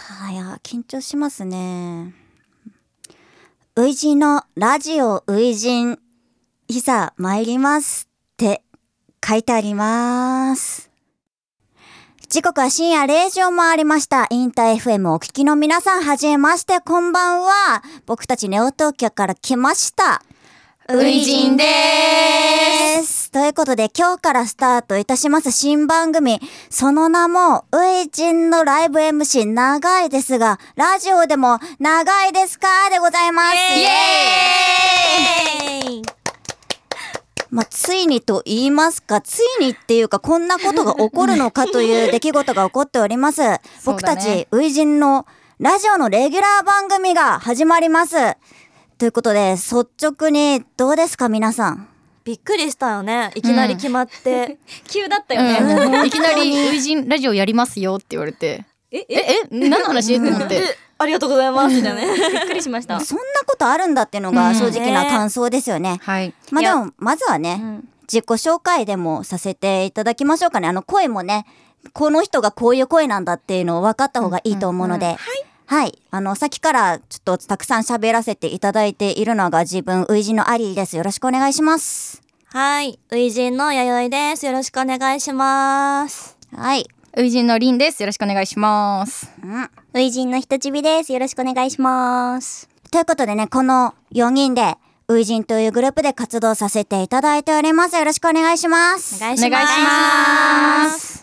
いや緊張しますね。初陣のラジオ初陣いざ参りますって書いてあります。時刻は深夜0時を回りました。インター FM お聞きの皆さん、はじめまして、こんばんは。僕たちネオ東京から来ました初陣でーす。 ということで今日からスタートいたします新番組、その名も初陣のライブ MC 長いですがラジオでも長いですかでございます。 イエーイ。 ついにと言いますか、ついにっていうかこんなことが起こるのかという出来事が起こっております。僕たち初陣のラジオのレギュラー番組が始まりますということで、率直にどうですか皆さん。 びっくりしたよね、いきなり決まって、 急だったよね、いきなり初陣ラジオやりますよって言われて何の話って思ってありがとうございますだねびっくりしました。 そんなことあるんだっていうのが正直な感想ですよね。 はい。 でもまずはね、自己紹介でもさせていただきましょうかね。声もね、この人がこういう声なんだっていうのを分かった方がいいと思うので、はい、さっきからちょっとたくさん喋らせていただいているのが自分初陣のアリーです。よろしくお願いします。 はい、初陣の弥生です。よろしくお願いします。 はい、 初陣のりんです。よろしくお願いします。 初陣のひとちびです。よろしくお願いします。 ということでね、この4人で初陣というグループで活動させていただいております。よろしくお願いします。 お願いします。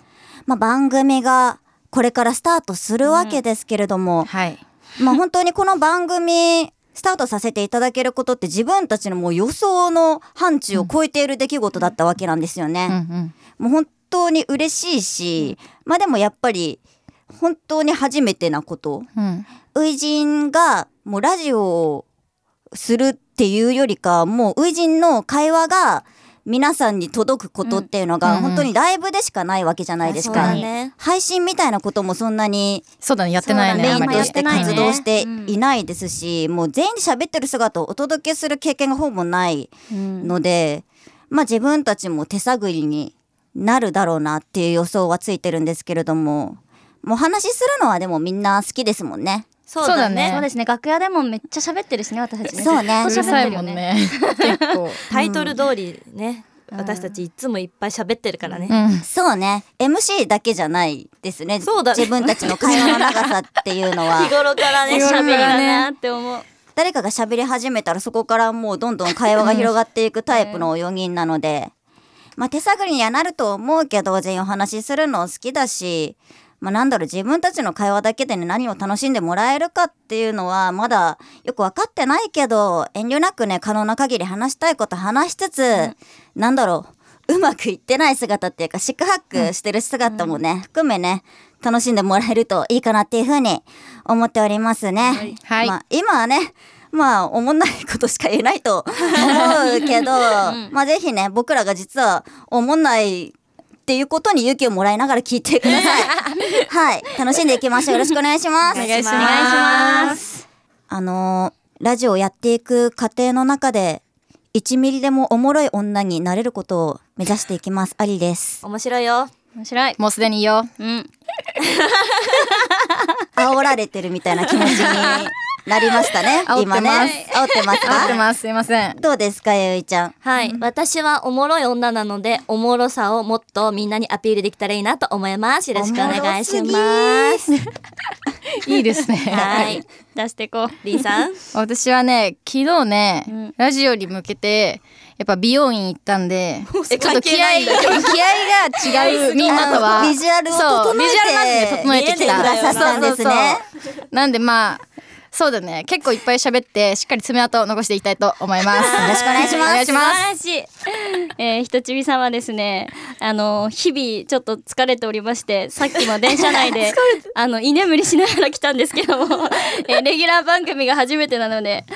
番組がこれからスタートするわけですけれども、 はい。 本当にこの番組スタートさせていただけることって自分たちのもう予想の範疇を超えている出来事だったわけなんですよね。もう本当に嬉しいし、でもやっぱり本当に初めてなこと、初陣がもうラジオをするっていうよりか、もう初陣の会話が皆さんに届くことっていうのが本当にライブでしかないわけじゃないですか。配信みたいなこともそんなにそうだね、やってないね。 メインとして活動していないですし、もう全員で喋ってる姿をお届けする経験がほぼないので、自分たちも手探りになるだろうなっていう予想はついてるんですけれども、もう話するのはでもみんな好きですもんね。 そうだね。 そうですね、楽屋でもめっちゃ喋ってるしね、私たちね。 そうね、 うるさいもんね。結構タイトル通りね、私たちいつもいっぱい喋ってるからね。 そうね、 MC だけじゃないですね。 そうだね、 自分たちの会話の長さっていうのは日頃からね、喋りだなって思う。 誰かが喋り始めたらそこからもうどんどん会話が広がっていくタイプの4人なので、手探りにはなると思うけど、全員お話しするの好きだし、自分たちの会話だけでね、何を楽しんでもらえるかっていうのはまだよく分かってないけど、遠慮なくね、可能な限り話したいこと話しつつ、うまくいってない姿っていうか、四苦八苦してる姿もね、含めね、楽しんでもらえるといいかなっていうふうに思っておりますね。 はい。 今はね、おもんないことしか言えないと思うけど、ぜひね、僕らが実はおもんないっていうことに勇気をもらいながら聞いてください。はい、楽しんでいきましょう。よろしくお願いします。 お願いします。 ラジオをやっていく過程の中で1ミリでもおもろい女になれることを目指していきます。アリです。 面白いよ。 面白い。 もうすでにいいよ。 煽られてるみたいな気持ちになりましたね。今ね、煽ってますか？ 煽ってます。すいません。 どうですか、ゆいちゃん。 はい、私はおもろい女なので、おもろさをもっとみんなにアピールできたらいいなと思います。よろしくお願いします。 いいですね。 はい、 出していこう。 リーさん。 私はね、昨日ね、ラジオに向けてやっぱ美容院行ったんで、ちょっと気合が違うみんなとは。 ビジュアルを整えてきてくださったんですね。 なんでそうだね、結構いっぱい喋ってしっかり爪痕を残していきたいと思います。 よろしくお願いします。 お願いします。 素晴らしい。ひとちびさんはですね、日々ちょっと疲れておりまして、さっきも電車内で居眠りしながら来たんですけども、レギュラー番組が初めてなので、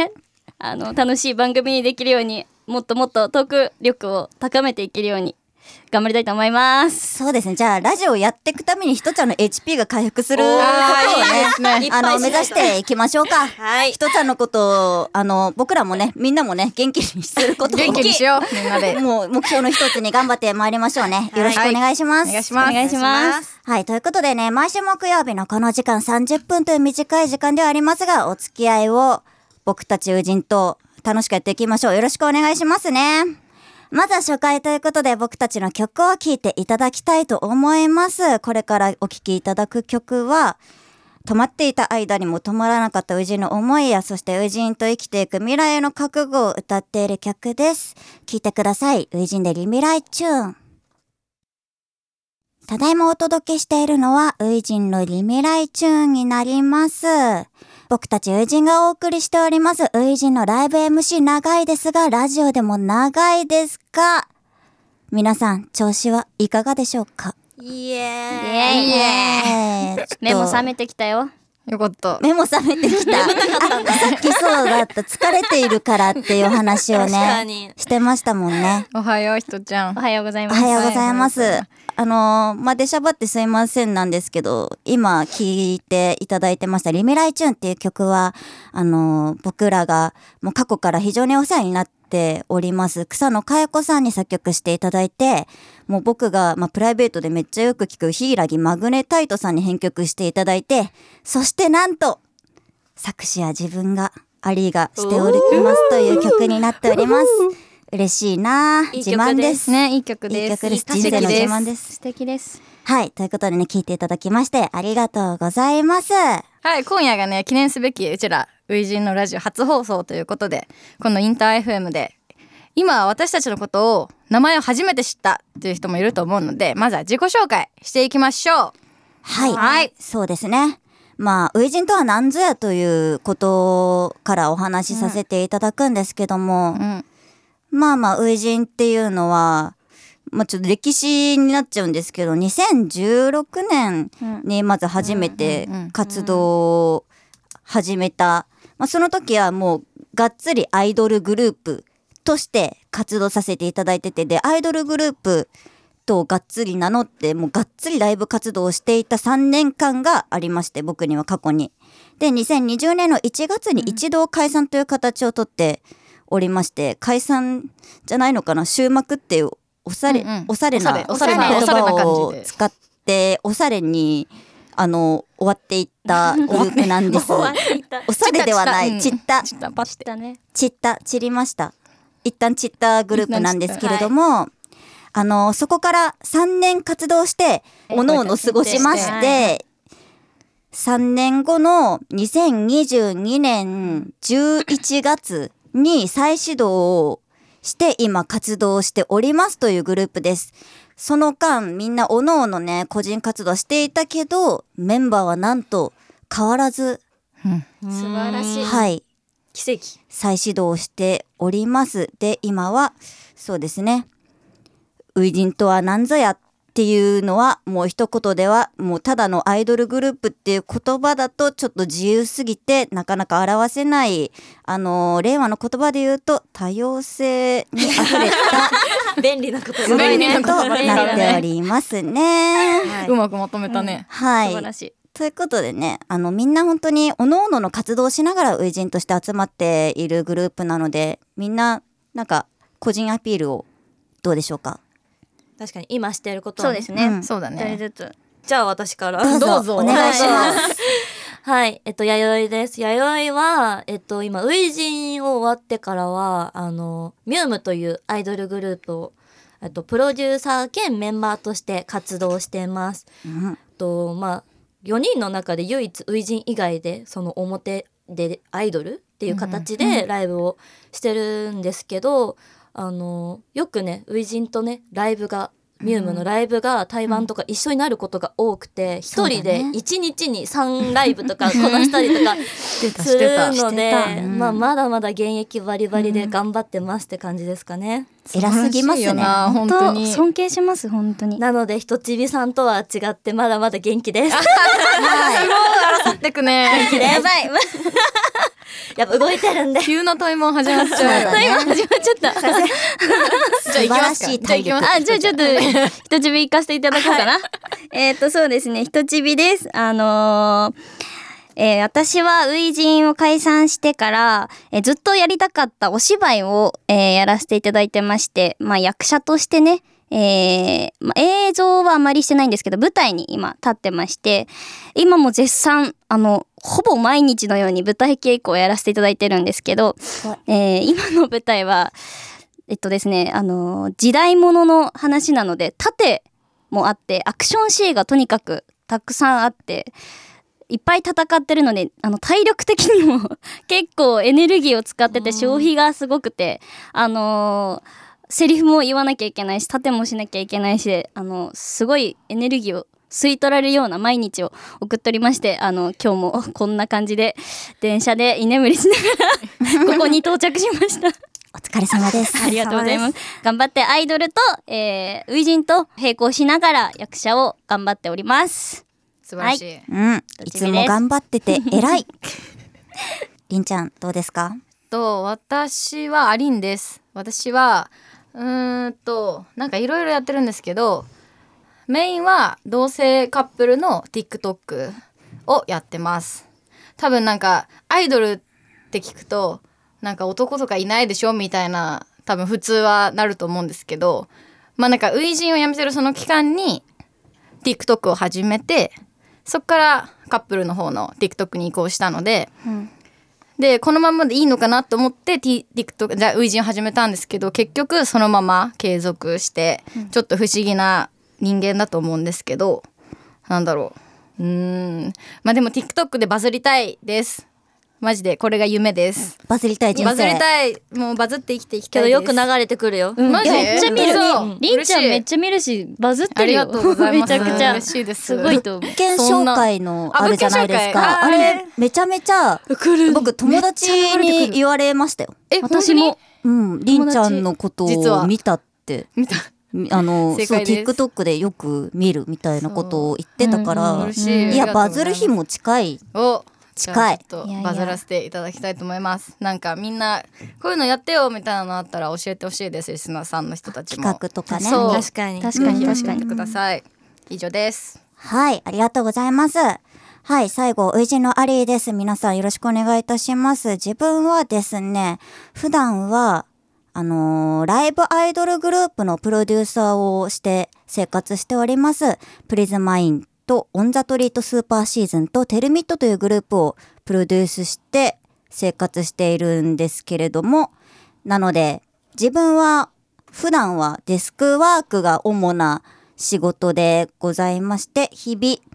楽しい番組にできるように、もっともっとトーク力を高めていけるように頑張りたいと思います。 そうですね。じゃあラジオをやっていくためにひとちゃんの HP が回復することをいいですね目指していきましょうか。 はいひとちゃんのことを僕らもねみんなもね元気にすることを元気にしようみんなで。 もう目標の一つに頑張ってまいりましょうね。よろしくお願いします。 お願いします。 お願いします。 はい、ということでね、毎週木曜日のこの時間30分という短い時間ではありますが、お付き合いを僕たち友人と楽しくやっていきましょう。よろしくお願いしますね。まずは初回ということで僕たちの曲を聴いていただきたいと思います。これからお聴きいただく曲は、止まっていた間にも止まらなかった友人の思いや、そして友人と生きていく未来への覚悟を歌っている曲です。聴いてください。友人でリミライチューン。ただいまお届けしているのは、ウイジンのリミライチューンになります。僕たちウイジンがお送りしております、ウイジンのライブ MC 長いですが、ラジオでも長いですか？皆さん、調子はいかがでしょうか？ イエーイ。 目も覚めてきたよ。 よかった。 目も覚めてきた。さっきそうだった。疲れているからっていう話を確かね、 にしてましたもんね。 おはようひとちゃん。 おはようございおます。 はようございます。出しゃばってすいませんなんですけど、今聴いていただいてましたリミライチューンっていう曲は、僕らがもう過去から非常にお世話になっております草野佳代子さんに作曲していただいて、もう僕が、プライベートでめっちゃよく聴く柊マグネタイトさんに編曲していただいて、そしてなんと作詞は自分がアリーがしておりますという曲になっております。嬉しいな。 いい曲です自慢ですね、いい曲です。 いい曲です。 素敵人生の自です慢です。 素敵です。 はい。ということでね、聞いていただきましてありがとうございます。 はい、今夜がね記念すべきうちらウイジンのラジオ初放送ということで、このインター FM で今私たちのことを名前を初めて知ったっていう人もいると思うので、まずは自己紹介していきましょう。 はい。 はいそうですね。ウイジンとは何ぞやということからお話しさせていただくんですけども、ウイジンっていうのは、ちょっと歴史になっちゃうんですけど、2016年にまず初めて活動を始めた。その時はもうがっつりアイドルグループとして活動させていただいてて、で、アイドルグループとがっつり名乗って、もうがっつりライブ活動をしていた3年間がありまして、僕には過去に。で、2020年の1月に一度解散という形をとっておりまして、解散じゃないのかな、終幕っていうおしゃれな言葉を使っておしゃれに終わっていったグループなんです。おしゃれではない、散りました。一旦散ったグループなんですけれども、そこから3年活動しておのおの過ごしまして、3年後の2022年11月に再始動をして今活動しておりますというグループです。その間みんなおのおのね個人活動していたけど、メンバーはなんと変わらず、 素晴らしい、 はい、 奇跡再始動しております。で、今はそうですね、ウイジンとは何ぞやっていうのはもう一言ではもうただのアイドルグループっていう言葉だとちょっと自由すぎてなかなか表せない、令和の言葉で言うと多様性にあふれた便利なことグループとなっておりますね。 うまくまとめたね。 はい。 素晴らしい。 ということでね、みんな本当に各々の活動をしながらウイジンとして集まっているグループなので、みんななんか個人アピールをどうでしょうか。 確かに今していることは、 そうですね。 そうだ一人ね。 ずつ。 じゃあ私からどうぞお願いします。 はい弥生です。弥生は今ウイジンを終わってからはミュームというアイドルグループをプロデューサー兼メンバーとして活動しています。4人の中で唯一ウイジン以外でその表でアイドルっていう形でライブをしてるんですけど、よくねウイジンとねライブがミュームのライブが対バンとか一緒になることが多くて、一人で1日に3ライブとかこなしたりとかするので、まだまだ現役バリバリで頑張ってますって感じですかね。 偉すぎますね。 本当に尊敬します本当に。 なのでひとちびさんとは違ってまだまだ元気です。 争ってくね。 やばいやっぱ動いてるんで。 急な問いも始まっちゃうよね。 始まっちゃったじゃあ行きますか。 素晴らしい体力。 あ、じゃあちょっと人ちび行かせていただこうかな。そうですね、人ちびです。私は初陣を解散してから、ずっとやりたかったお芝居を、やらせていただいてまして、役者としてね、映像はあまりしてないんですけど舞台に今立ってまして、今も絶賛ほぼ毎日のように舞台稽古をやらせていただいてるんですけど、今の舞台はですね、時代物の話なので盾もあってアクションシーンがとにかくたくさんあっていっぱい戦ってるので体力的にも結構エネルギーを使ってて消費がすごくてセリフも言わなきゃいけないし盾もしなきゃいけないしすごいエネルギーを吸い取られるような毎日を送っておりまして今日もこんな感じで電車で居眠りしながらここに到着しましたお疲れ様です。 ありがとうございます。頑張ってアイドルと、初陣と並行しながら役者を頑張っております。 素晴らしい。 いつも頑張ってて偉い。りんちゃんどうですか？ 私はアリンです。私はなんかいろいろやってるんですけど、メインは同性カップルの TikTok をやってます。多分なんかアイドルって聞くとなんか男とかいないでしょみたいな多分普通はなると思うんですけど、なんか初陣をやめてるその期間に TikTok を始めて、そっからカップルの方の TikTok に移行したので、でこのままでいいのかなと思って TikTok じゃあ初陣を始めたんですけど、結局そのまま継続して、ちょっと不思議な人間だと思うんですけど、なんだろう、でも TikTok でバズりたいです。マジでこれが夢です。 バズりたい人生。 バズりたい、もうバズって生きていきたいです。 けどよく流れてくるよ。 マジめっちゃ見る。 そうりんちゃんめっちゃ見るしバズってるよ。 ありがとうございます。 めちゃくちゃ嬉しいです。 すごいと思う。 物件紹介のあるじゃないですか。あれめちゃめちゃ僕友達に言われましたよ。 私もりんちゃんのことを見たって見たそう正解です TikTok でよく見るみたいなことを言ってたから、 嬉しい。 いやバズる日も近い。近い。 ちょっとバズらせていただきたいと思います。なんかみんなこういうのやってよみたいなのあったら教えてほしいです。リスナーさんの人たちも企画とかね。 そう確かにぜひ教えてください。以上です。 はい、ありがとうございます。はい、最後初陣のアリーです。皆さんよろしくお願いいたします。自分はですね、普段はライブアイドルグループのプロデューサーをして生活しております。プリズマインとオンザトリートスーパーシーズンとテルミットというグループをプロデュースして生活しているんですけれども、なので自分は普段はデスクワークが主な仕事でございまして、日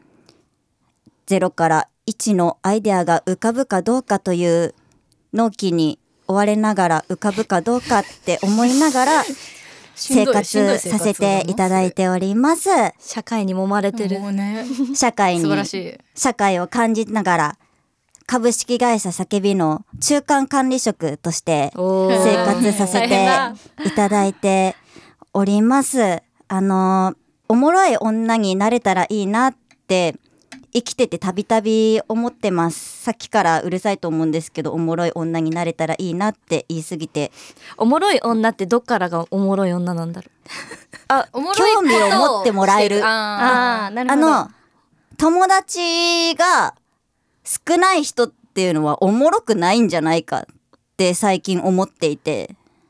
々0から1のアイデアが浮かぶかどうかという納期に追われながら浮かぶかどうかって思いながら生活させていただいております。 社会に揉まれてる。 もうね、 社会素晴らしい。 社会を感じながら株式会社叫びの中間管理職として生活させていただいております。おもろい女になれたらいいなって生きててたびたび思ってます。さっきからうるさいと思うんですけど、おもろい女になれたらいいなって言いすぎて。 おもろい女ってどっからがおもろい女なんだろう。 おもろい興味を持ってもらえる。 なるほど。 友達が少ない人っていうのはおもろくないんじゃないかって最近思っていて。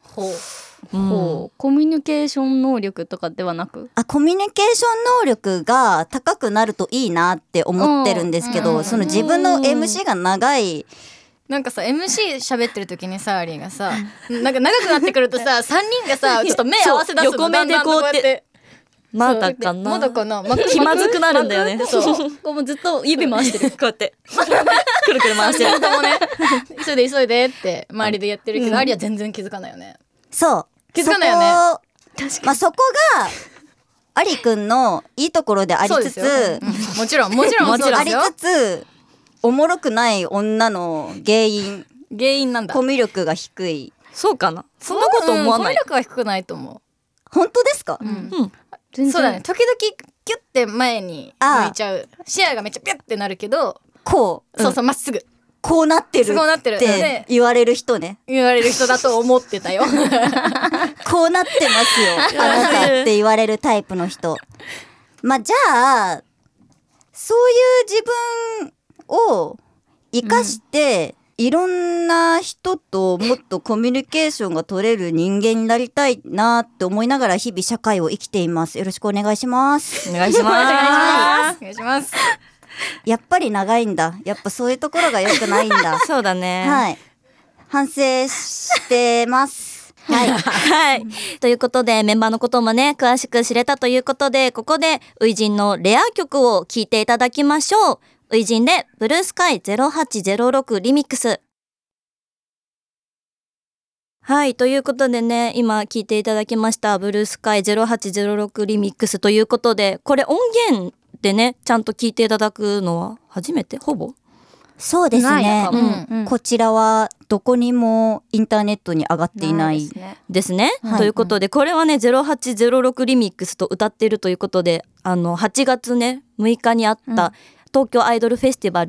コミュニケーション能力とかではなく、 コミュニケーション能力が高くなるといいなって思ってるんですけど、その自分の MC が長い。 なんかさ MC 喋ってる時にさ、アリーがさ、なんか長くなってくるとさ3人がさちょっと目合わせ出すの。 横目でこうやってまだかなまだかな、 気まずくなるんだよね。 そうこうもうずっと指回してるこうやってくるくる回してる。 ともね急いで急いでって周りでやってるけど、アリは全然気づかないよね。 そう気づかないよね。 そこがアリくんのいいところでありつつ、 もちろんそうですよ。 ありつつおもろくない女の原因なんだ。 コミュ力が低い。 そうかな、そんなこと思わない。 コミュ力は低くないと思う。 本当ですか？ そうだね、時々キュッて前に向いちゃう、視野がめっちゃピュッてなるけど、 こう、 そうそうまっすぐこうなってるこうなってるって言われる人ね。 言われる人だと思ってたよ。 こうなってますよあなたって言われるタイプの人。まあじゃあそういう自分を生かして、いろんな人ともっとコミュニケーションが取れる人間になりたいなって思いながら日々社会を生きています。よろしくお願いします。 お願いしますお願いします。 やっぱり長いんだ。やっぱそういうところが良くないんだ。 そうだね。 はい。反省してます。はい。 はい。ということで、メンバーのこともね、詳しく知れたということで、ここで、ウイジンのレア曲を聴いていただきましょう。ウイジンで、ブルースカイ0806リミックス。はい。ということでね、今聴いていただきました、ブルースカイ0806リミックスということで、これ音源でね、ちゃんと聴いていただくのは初めてほぼそうですね。 うんこちらはどこにもインターネットに上がっていないですね。 はいということで、これはね0806リミックスと歌っているということで、8月ね6日にあった東京アイドルフェスティバル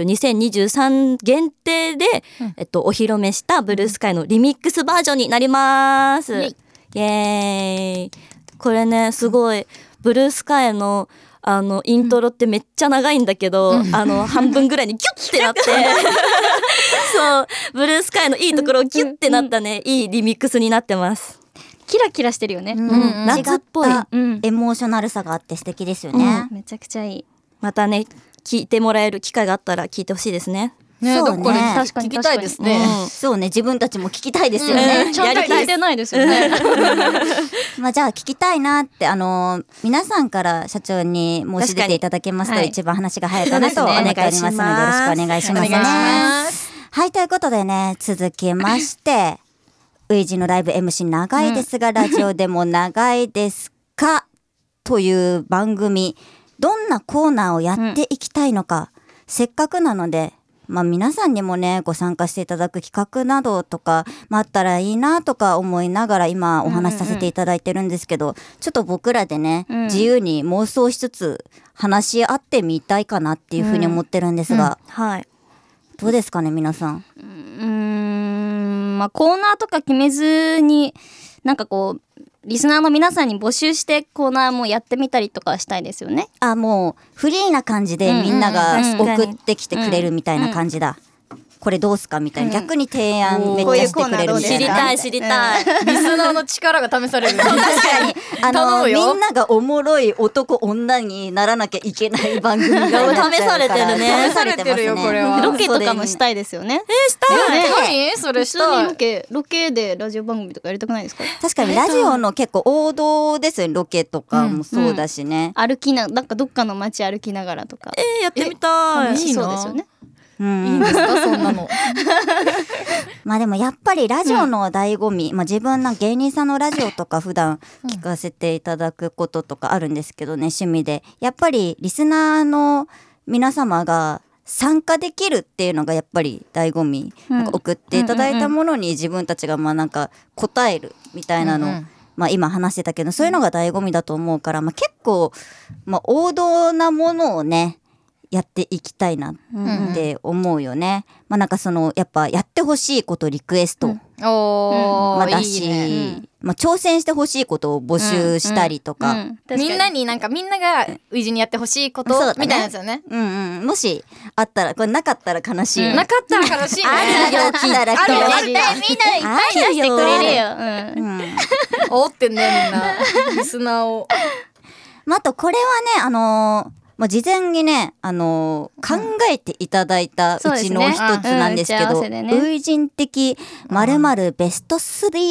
2023限定で、お披露目したブルースカイのリミックスバージョンになります。イエーイ。これねすごいブルースカイのイントロってめっちゃ長いんだけど、半分ぐらいにキュッてなってそうブルースカイのいいところをキュッてなったね、いいリミックスになってます。 キラキラしてるよね。 夏っぽい、 違ったエモーショナルさがあって素敵ですよね。 めちゃくちゃいい。 またね聞いてもらえる機会があったら聞いてほしいですね。 ね、 そうねどっかで確かに聞きたいですね。 そうね、自分たちも聞きたいですよね。 ちゃんと聞いてないですよね。 まあじゃあ聞きたいなって皆さんから社長に申し出ていただけますとはい一番話が早いかなと思っておりますので、よろしくお願いしますね。 お願いします。 はい、ということでね、続きましてウイジのライブ MC 長いですが、ラジオでも長いですかという番組、どんなコーナーをやっていきたいのか、せっかくなのでまあ皆さんにもねご参加していただく企画などとか、あったらいいなとか思いながら今お話しさせていただいてるんですけど、ちょっと僕らでね、自由に妄想しつつ話し合ってみたいかなっていうふうに思ってるんですが、 はい。 どうですかね皆さん。 まあコーナーとか決めずになんかこうリスナーの皆さんに募集してコーナーもやってみたりとかしたいですよね。 あ、もうフリーな感じでみんなが送ってきてくれるみたいな感じだ。これどうすかみたいな、逆に提案めっちゃしてくれるみたいな。 知りたい知りたい。 リスナーの力が試される。 確かに頼むよみんながおもろい男女にならなきゃいけない番組になっちゃうから試されてるね試されてますね。 試されてるよこれはロケとかもしたいですよね。 したい。 何それし普通にたい。 ロケでラジオ番組とかやりたくないですか？ 確かにラジオの結構王道ですよね。ロケとかもそうだしね。 なんかどっかの街歩きながらとかやってみたい。 楽しそうですよね。 いいんですかそんなの。 まあでもやっぱりラジオの醍醐味、まあ自分の芸人さんのラジオとか普段聞かせていただくこととかあるんですけどね、趣味でやっぱりリスナーの皆様が参加できるっていうのがやっぱり醍醐味、なんか送っていただいたものに自分たちがまあなんか答えるみたいなの、まあ今話してたけどそういうのが醍醐味だと思うから、まあ結構まあ王道なものをねやっていきたいなって思うよね。まあなんかやっぱやってほしいことリクエスト、 おー、 だし、 いいね。 まあ挑戦してほしいことを募集したりとか、 みんなになんかみんながウイジにやってほしいことそうだねみたいなやつよね。 もしあったらこれなかったら悲しいよね。 なかったら悲しいね。 なかったらあるよ悲しいよ。 みんないっぱい出してくれるよ。 煽ってんねみんなリスナーを。 まああとこれはねまあ、事前にね、考えていただいたうちの一つなんですけど、 そうですね。打ち合わせでねウイジン的〇〇ベスト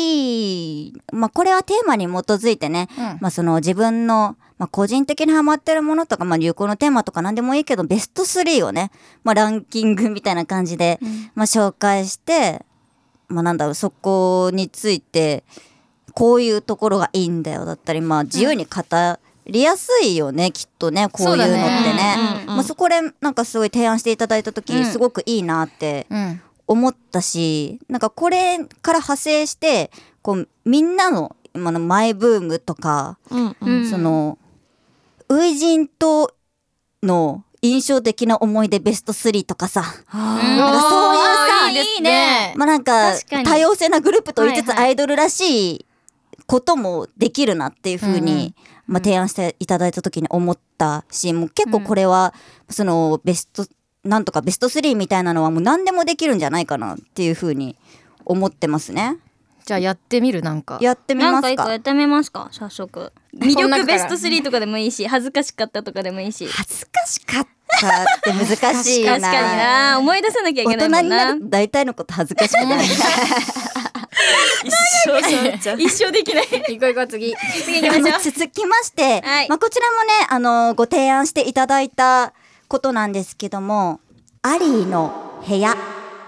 3、まあ、これはテーマに基づいてね、まあ、自分の、まあ、個人的にハマってるものとか、まあ、流行のテーマとか何でもいいけど、ベスト3をね、まあ、ランキングみたいな感じで、まあ、紹介して、まあ、なんだろう、そこについて、こういうところがいいんだよだったり、まあ、自由に語りやすいよね、きっとね、こういうのってね。まあ、そこでなんかすごい提案していただいた時、すごくいいなって思ったし、なんかこれから派生してこうみんなの今のマイブームとか、ウイジンとの印象的な思い出ベスト3とかさ、 あなんかそういうさいいですね。 まあなんか確かに多様性なグループと言いつつはいはいアイドルらしいこともできるなっていう風に、まあ提案していただいた時に思ったし、もう結構これはそのベストなんとかベスト3みたいなのはもう何でもできるんじゃないかなっていう風に思ってますね。 じゃあやってみるなんか。 やってみなんますか。 か一個やってみますか早速。魅こん中から力ベスト3とかでもいいし恥ずかしかったとかでもいいし。 恥ずかしかったって難しいな。 確かにな思い出さなきゃいけないもん大人になな。 ると大体のこと恥ずかしくない。 一生そうちゃう。 一生できない。 行こう行こう次。 次行きましょう。 続きまして、 はいまあ、こちらもねご提案していただいたことなんですけども、アリーの部屋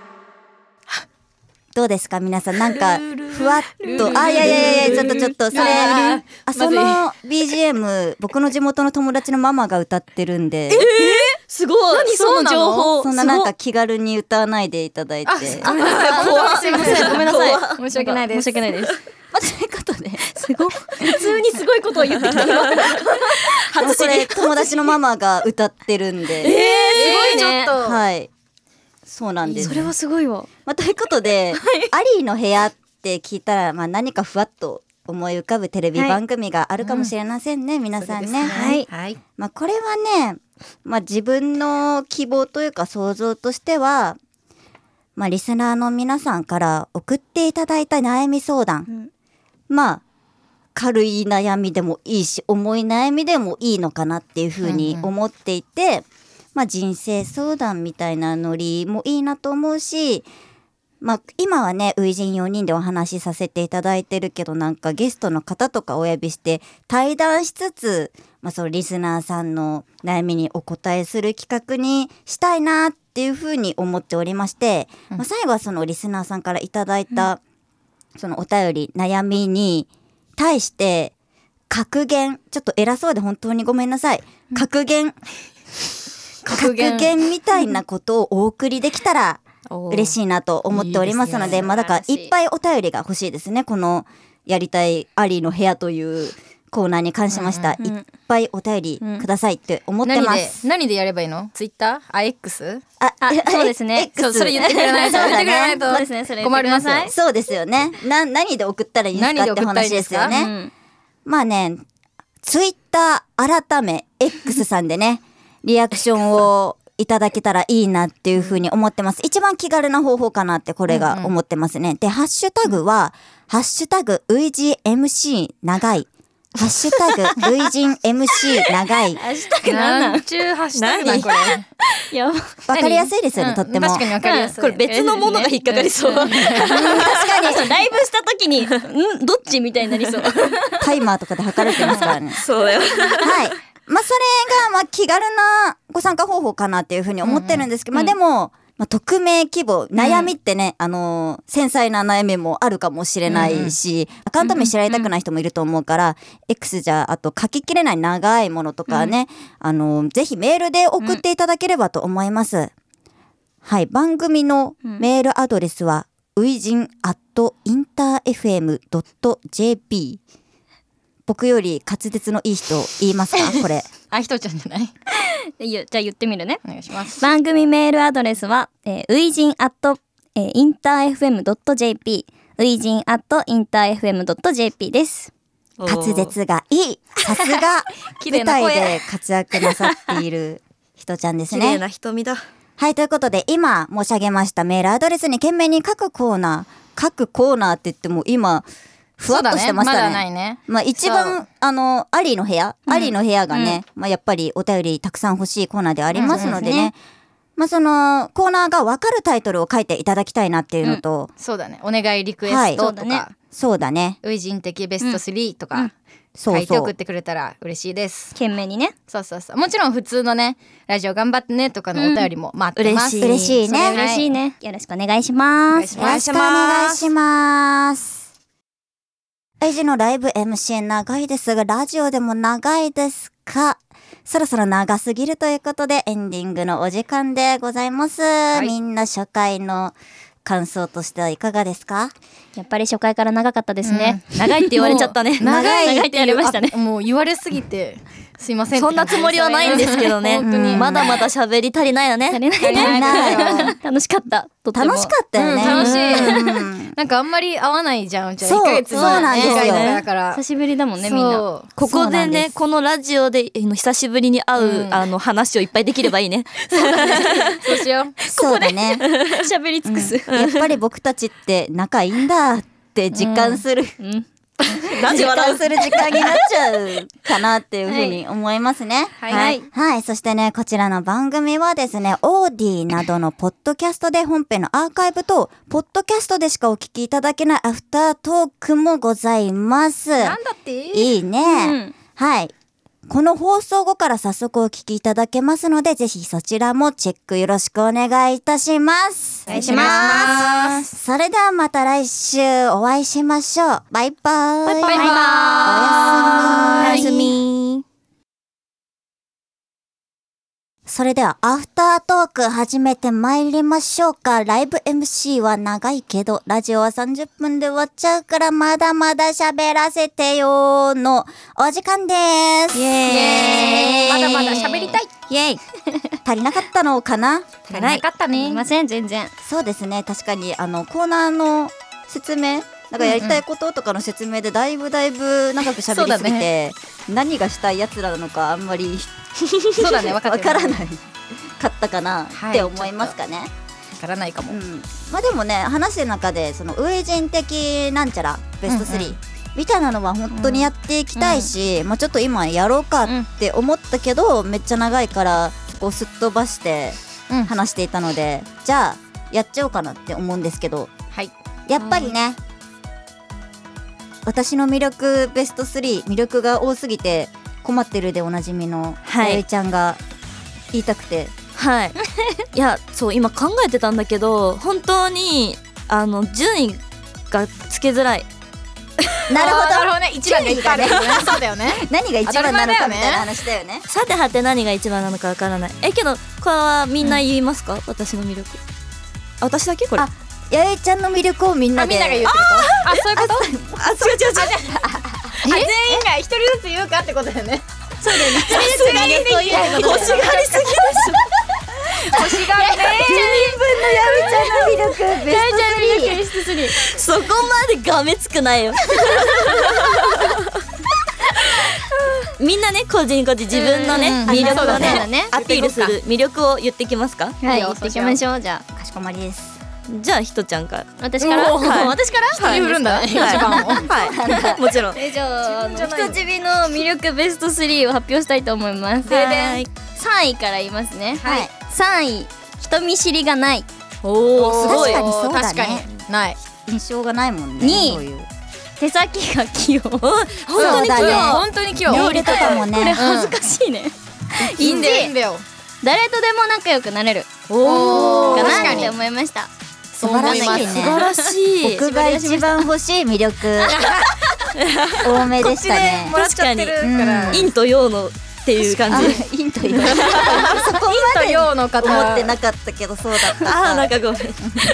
どうですか皆さん。なんかふわっといやちょっとそれその BGM 僕の地元の友達のママが歌ってるんで、 すごい。何その情報。 そんななんか気軽に歌わないでいただいて、 すいませんごめんなさい。申し訳ないです。 申し訳ないです。 まあ、ということですごい。普通にすごいことを言ってきた。 これ友達のママが歌ってるんで、 すごいね。 ちょっとはいそうなんです。 それはすごいわ。 まあ、ということで、アリーの部屋って聞いたら、まあ、何かふわっと思い浮かぶテレビ番組があるかもしれませんね、皆さんね。 はいはい。 まあ、これはね、まあ、自分の希望というか想像としては、まあ、リスナーの皆さんから送っていただいた悩み相談、まあ軽い悩みでもいいし重い悩みでもいいのかなっていうふうに思っていて、まあ、人生相談みたいなノリもいいなと思うし、まあ、今はね初陣4人でお話しさせていただいてるけど、なんかゲストの方とかお呼びして対談しつつ、まあ、そのリスナーさんの悩みにお答えする企画にしたいなっていうふうに思っておりまして、まあ、最後はそのリスナーさんからいただいたそのお便り悩みに対して格言、ちょっと偉そうで本当にごめんなさい、格言みたいなことをお送りできたら嬉しいなと思っておりますので、 いいですねまあだから素晴らしいいっぱいお便りが欲しいですね。このやりたいアリーの部屋というコーナーに関しました、いっぱいお便りくださいって思ってます。 何でやればいいの？ツイッター？X？ あそうですね。 X それ言ってくれないとそうだね言ってくれないとそうですね。それ困りますよ言ってそうですよね。何で送ったらいいんですかって話ですよ何で送ったらいいね。 んですまあね、ツイッター改め X さんでねリアクションをいただけたらいいなっていうふうに思ってます。一番気軽な方法かなってこれが思ってますね。でハッシュタグは、ハッシュタグウイジ MC 長い、ハッシュタグウイジン MC 長い、 ハッシュタグなんなん？ なんちゅうハッシュタグなんこれ。 やば。 わかりやすいですよね、とっても。 確かにわかりやすい。 これ別のものが引っかかりそう。 確かにライブした時にどっちみたいになりそう。 タイマーとかで測られてますからね。 そうだよ。 はい。まあそれがまあ気軽なご参加方法かなっていうふうに思ってるんですけど、まあでも、まあ、匿名希望、悩みってね、繊細な悩みもあるかもしれないし、アカウント名知られたくない人もいると思うから、X じゃあと書ききれない長いものとかね、ぜひメールで送っていただければと思います。はい、番組のメールアドレスは、ういじん@interfm.jp。僕より滑舌のいい人言いますかこれ。 あ、ひとちゃんじゃない？ いやじゃあ言ってみるね。 お願いします。 番組メールアドレスは、ういじん@interfm.jp ういじん@interfm.jp です。 滑舌がいい。さすが舞綺麗な声台で活躍なさっている人ちゃんですね。 綺麗な瞳だ。 はい、ということで今申し上げましたメールアドレスに懸命に各コーナーって言っても今ふわっとしてましたね。 そうだね。まだないね。 まあ一番アリーの部屋、アリーの部屋がね、まあやっぱりお便りたくさん欲しいコーナーでありますのでね、まあそのコーナーが分かるタイトルを書いていただきたいなっていうのと、 そうだね。お願いリクエはいストとそうだか、 そうだね、 ウイジン的ベスト3とか書そうそういて送っ。てくれたら嬉しいです。 懸命にね。 そうそうそう。もちろん普通のね、ラジオ頑張ってねとかのお便りも待ってます。 嬉しいねそれ嬉しいね。よろしくお願いします。 お願いしますよろしくお願いします。愛知のライブ MC 長いですが、ラジオでも長いですか？そろそろ長すぎるということでエンディングのお時間でございます。 いみんな初回の感想としてはいかがですか？ やっぱり初回から長かったですね。 長いって言われちゃったね。 長い長いって言われましたね。 もう言われすぎてすいません。 そんなつもりはないんですけどね。 本当にまだまだ喋り足りないよね。 足りない足りないよ楽しかった。とっても楽しかったよね、 楽しい。 うんなんかあんまり会わないじゃん。じゃあそう 1ヶ月にそうなんですよ 2回とかだから。 久しぶりだもんね、みんな。 そうここでそうなんですねこのラジオで久しぶりに会う、話をいっぱいできればいいね。 そうしよう。 そうだね喋り尽くす。 やっぱり僕たちって仲いいんだって実感する、実感する時間になっちゃうかなっていうふうに思いますね。 はいはい。そしてね、こちらの番組はですね、オーディなどのポッドキャストで本編のアーカイブと、ポッドキャストでしかお聞きいただけないアフタートークもございます。 なんだっていいね。はい。この放送後から早速お聞きいただけますので、ぜひそちらもチェックよろしくお願いいたします。 お願いします。 それではまた来週お会いしましょう。バイバーイ。 バイバーイ。 おやすみ。 おやすみ。 それではアフタートーク始めて参りましょうか。ライブ MC は長いけどラジオは30分で終わっちゃうからまだまだ喋らせてよのお時間です。イエーイ。 まだまだ喋りたい。 イエイ。 足りなかったのかな。 足りなかったすみね。 ません、全然。 そうですね、確かにコーナーの説明なんかやりたいこととかの説明でだいぶ長く喋りすぎて、何がしたいやつらなのかあんまりそうだね、分かってる。 わからないかったかなはいって思いますかね。 分からないかも。 まあでもね、話してる中でその初陣的なんちゃらベスト3、みたいなのは本当にやっていきたいし、まあちょっと今やろうかって思ったけど、めっちゃ長いからそこをすっ飛ばして話していたので、じゃあやっちゃおうかなって思うんですけど、 はい。 やっぱりね、私の魅力ベスト3、魅力が多すぎて困ってるでおなじみのはいやいちゃんが言いたくて、 はいいやそう今考えてたんだけど本当に順位がつけづらい。 なるほど、 なるほどね。一番がいっぱいあるよね。そうだよね。 何が一番なのかみたいな当たり前だよね話だよね。 さてはて何が一番なのかわからない。けどこれはみんな言いますか、私の魅力。私だけこれ。 あやいちゃんの魅力をみんなでみんなが言うってこと？あ、そういうこと？ 違う違う違う。 全員が一人ずつ言うかってことだよね。 さすがに欲しがりすぎでしょ。 欲しがるね。 魅力ベスト3。 そこまでがめつくないよ。みんなね個人自分のね魅力をそうだねねアピールする魅力を言ってきますか。 はい、行ってきましょう。じゃあかしこまりです。 じゃあひとちゃんから。 私から。 はい私から。 一人振るんだね。一番を。 はいもちろん。 じゃあ自分じゃない人ちびの魅力ベスト3を発表したいと思います。 はい 3位から言いますね。 はい。 3位、人見知りがない。 おおすごい。 確かにそうだね確かにない。 印象がないもんね。 にそういう手先が器用。こ本当にそうだね本当に今日。 料理とかもね。 れ恥ずかしいね。 いいんだよ。いいんだよ。 誰とでも仲良くなれるおー、 か確かになって。思いました。 素晴らしいね。 素晴らしい。 僕が一番欲しい魅力多めでしたね。 もらっちゃってるから。 確陰と陽のっていう感あ、 じ。 インという。そこまで陽の方。 思ってなかったけどそうだった。 なんかごめん。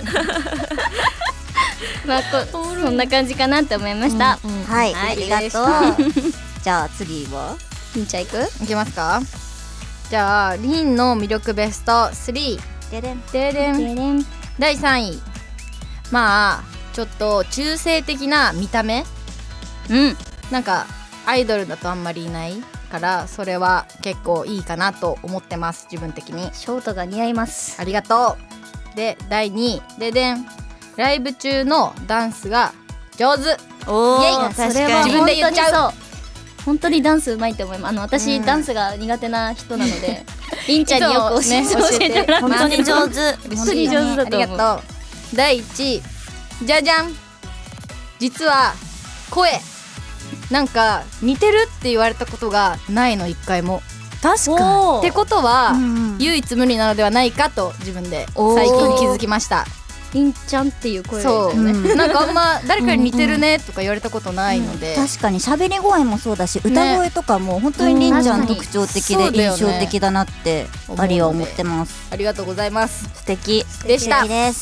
まあそんな感じかなって思いました。 はい、 はいありがとう。じゃあ次はひんちゃん行く？ いきますか。じゃあリンの魅力ベスト3。 ででん。 ででん。第3位。まあちょっと中性的な見た目。なんかアイドルだとあんまりいないからそれは結構いいかなと思ってます自分的に。 ショートが似合います。 ありがとう。で第2位。ででん。ライブ中のダンスが上手。 おイエイー確それはかに。 自分で言っちゃう本当にそう。本当にダンスうまいって思います。私、ダンスが苦手な人なので、りんちゃんによく教えてもらって本当に上手。 本当に上手だと思う。 ありがとう。第1位。じゃじゃん。実は声なんか似てるって言われたことがないの一回も。 確かってことは、 うん唯一無二なのではないかと自分で最近気づきました。 りんちゃんっていう声だそう、 よね。 なんかあんま誰かに似てるねとか言われたことないので、 確かに喋り声もそうだし、歌声とかも本当にりんちゃん特徴的でそうだよね印象的だなってアリは思ってます。 ありがとうございます。 素敵。 でした素敵です。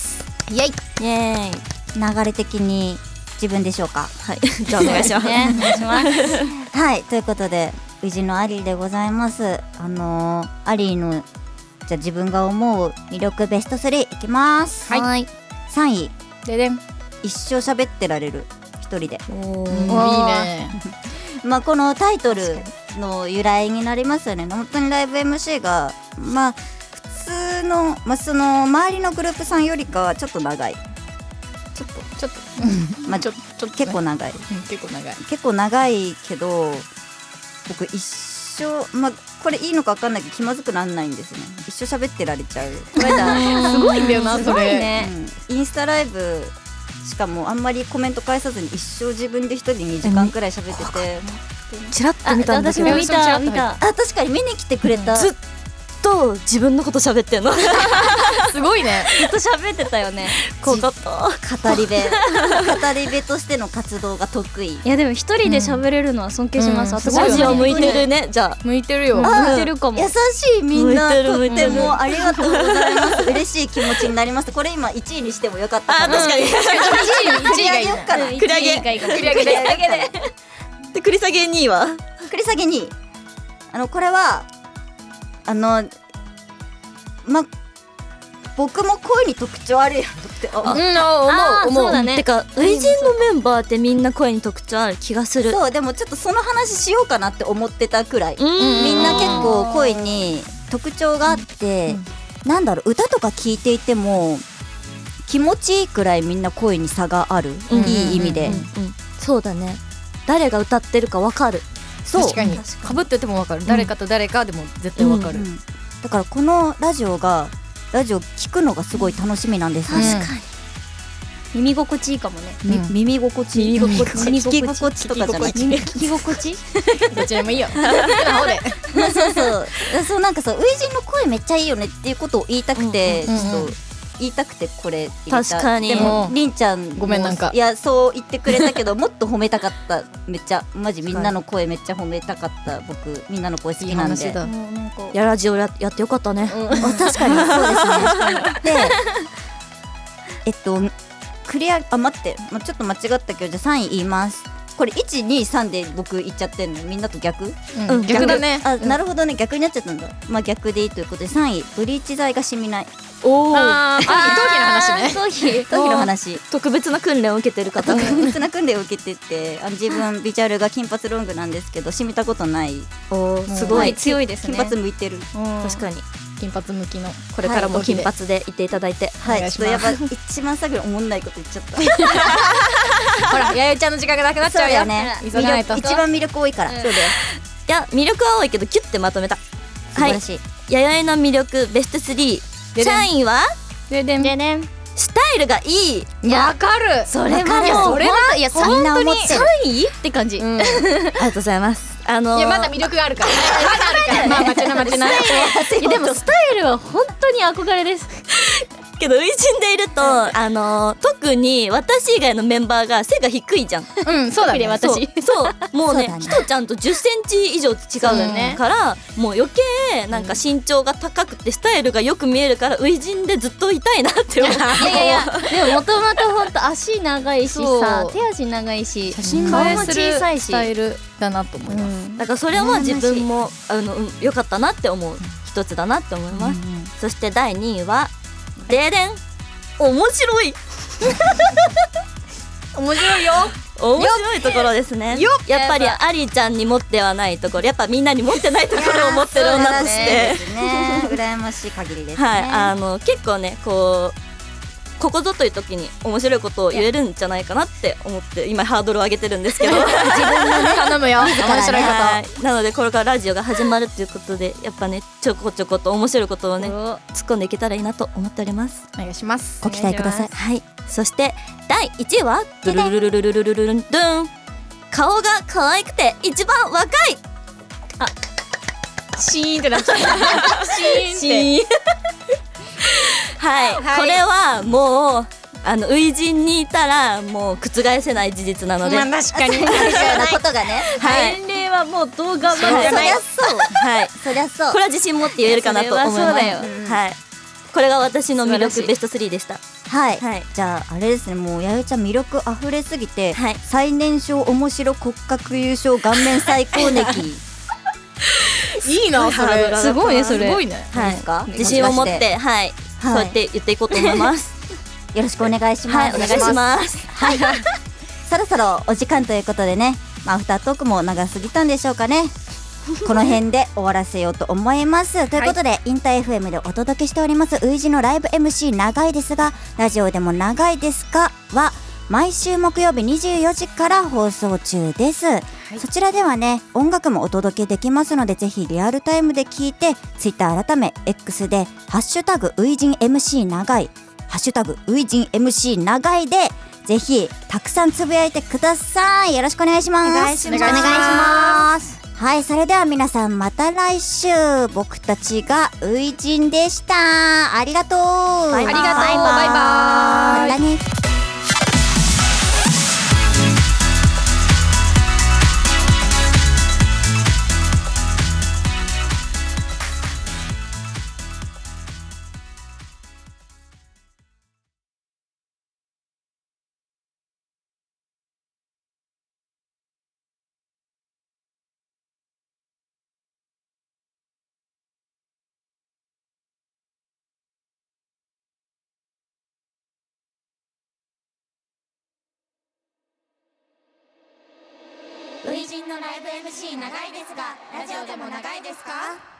イエイ。 イエーイ。 流れ的に自分でしょうか。 はいじゃあお願いしますね、お願いします。 はいということでウジのアリーでございます。アリーのじゃあ自分が思う魅力ベスト3いきます。 はい 3位ででん。 一生喋ってられる一人で。 おいいーね。 まあこのタイトルの由来になりますよね。本当にライブ MC がまあ普通のその周りのグループさんよりかはちょっと長い。 ちょっとまあちょっと結構長い。 結構長い。 結構長いけど僕一生これいいのか分かんないけど気まずくなんないんですね。一生喋ってられちゃう。この間すごいんだよなすごいそれ。 ね。 インスタライブしかもあんまりコメント返さずに一生自分で一人で2時間くらい喋ってて、 チラッと見たんだけど私も見た見た。 あ確かに見に来てくれた。 ずっと自分のこと喋ってんのすごいね。 ずっと喋ってたよね。 怖かった語り部としての活動が得意。 いやでも一人で喋れるのは尊敬します。私ラすごいよねジオ向いてるねじゃあ向いてるよ。 向いてるかも。 優しいみんな向いてるとっ向いてるてもありがとうございます。嬉しい気持ちになります。これ今1位にしてもよかったかな。 確かに繰り上げよっかな。 うん繰り上げ一位がいいかも。 繰り上げで。 で繰り下げ2位は繰り下げにこれは僕も声に特徴あるやろって思う。 思うそうだね。 てか初陣のメンバーってみんな声に特徴ある気がするそうでもちょっとその話しようかなって思ってたくらい。みんな結構声に特徴があって、なんだろう歌とか聞いていても気持ちいいくらいみんな声に差がある、いい意味で、 そうだね誰が歌ってるかわかるそう確かに被ってても分かる。誰かと誰かでも絶対分かる。 だからこのラジオ聞くのがすごい楽しみなんですね。 確か耳心地いいかもね。 耳心地耳心地聞き心地とかじゃない。 耳聞き心地？ どっちでもいいよ。好きな方で。 そうなんかさ初陣の声めっちゃいいよねっていうことを言いたくて、 うんちょっと言いたくてこれ入れた。 確かにでもりんちゃんごめんなんかいやそう言ってくれたけどもっと褒めたかった。めっちゃマジみんなの声めっちゃ褒めたかった。僕みんなの声好きなんで。 いい話だ。 もうなんかやラジオやってよかったね確かにそうですね。でクリア待って、ちょっと間違ったけどじゃあ3位言います。これ1、2、3で僕言っちゃってんのみんなと逆。 逆だね。 なるほどね逆になっちゃったんだ。逆でいいということで3位ブリーチ剤が染みない。 おお頭皮の話ね。 頭皮。 頭皮の話。 特別な訓練を受けてる方特別な訓練を受けてて自分ビジュアルが金髪ロングなんですけど染みたことない。 おすごすごい強いですね。 金髪向いてる。 確かに金髪向きの。 これからも金髪でいていただいてはいお願いしちょっとやますっぱ一番最後におもんないこと言っちゃった。 ほら、やゆちゃんの時間がなくなっちゃうよ。 そうだよね。 急がないと。 一番魅力多いから。そうだよ。 いや魅力は多いけどキュッてまとめた素晴らしい。 弥生の魅力ベスト3 ででん 3位はででん。 でね。 スタイルがいいわかる。 それはいやそれな。 いやみんな思ってる。 3位って感じ。 うん。 ありがとうございますいやまだ魅力があるから。まだあるから。まあ待ちな待ちな。 いやでもスタイルは本当に憧れです。 けど初陣でいると特に私以外のメンバーが背が低いじゃんうん、そうだね。 私そうもうねそうだねひとちゃんと10センチ以上違うよねからもう余計なんか身長が高くてスタイルがよく見えるから初陣でずっといたいなって思ういやいやでももともと本当足長いしさ、 そう手足長いし、 写真顔も映えする小さいしスタイルだなと思います。 だからそれは自分も良かったなって思う一つだなって思いますそして第2位はででん面白い面白いよ。 面白いところですねよっやっぱりアリちゃんに持ってはないところやっぱみんなに持ってないところを持ってる女としてそうですね。羨ましい限りですね。 はい結構ねここぞという時に面白いことを言えるんじゃないかなって思って今ハードルを上げてるんですけど頼むよ。面白いこはいなのでこれからラジオが始まるということでやっぱねちょこちょこと面白いことをね突っ込んでいけたらいいなと思っておりますと。お願いします。 ご期待ください。 はいそして第1位はドゥルルルルルルルルルンドゥン顔が可愛くて一番若いシーンってなっちゃった。シーンって。 はい、 はいこれはもう初陣にいたらもう覆せない事実なので、 まあ確かに。 みたいなことがね。 はい年齢はもうどう頑張はいってない。 そう。 はい、 そりゃそう。 これは自信持って言えるかなと思います。 それはそうだよはい、これが私の魅素晴らしい力ベスト3でした。 はい、 はいじゃああれですね、もう弥生ちゃん魅力あふれすぎて、 はい最年少面白骨格優勝顔面最高ネキいいなそれ。 すごいねそれすごいね。 はいですか自信を持ってはい、 はいそうやって言っていこうと思いますよろしくお願いします。 はいお願いしますはいそろそろお時間ということでね、アフタートークも長すぎたんでしょうかねこの辺で終わらせようと思いますということで、インター FM でお届けしておりますウイジのライブ MC 長いですがラジオでも長いですかは毎週木曜日24時から放送中です、そちらではね音楽もお届けできますので、ぜひリアルタイムで聞いて Twitter 改め X でハッシュタグウイジン MC 長いハッシュタグウイジン MC 長いでぜひたくさんつぶやいてください。よろしくお願いします。 お願いしますお願いします。はい、それでは皆さんまた来週。僕たちがウイジンでした。ありがとう。 バイバイありがとう。バイバイ。 またね。ウイジンのライブ MC 長いですがラジオでも長いですか？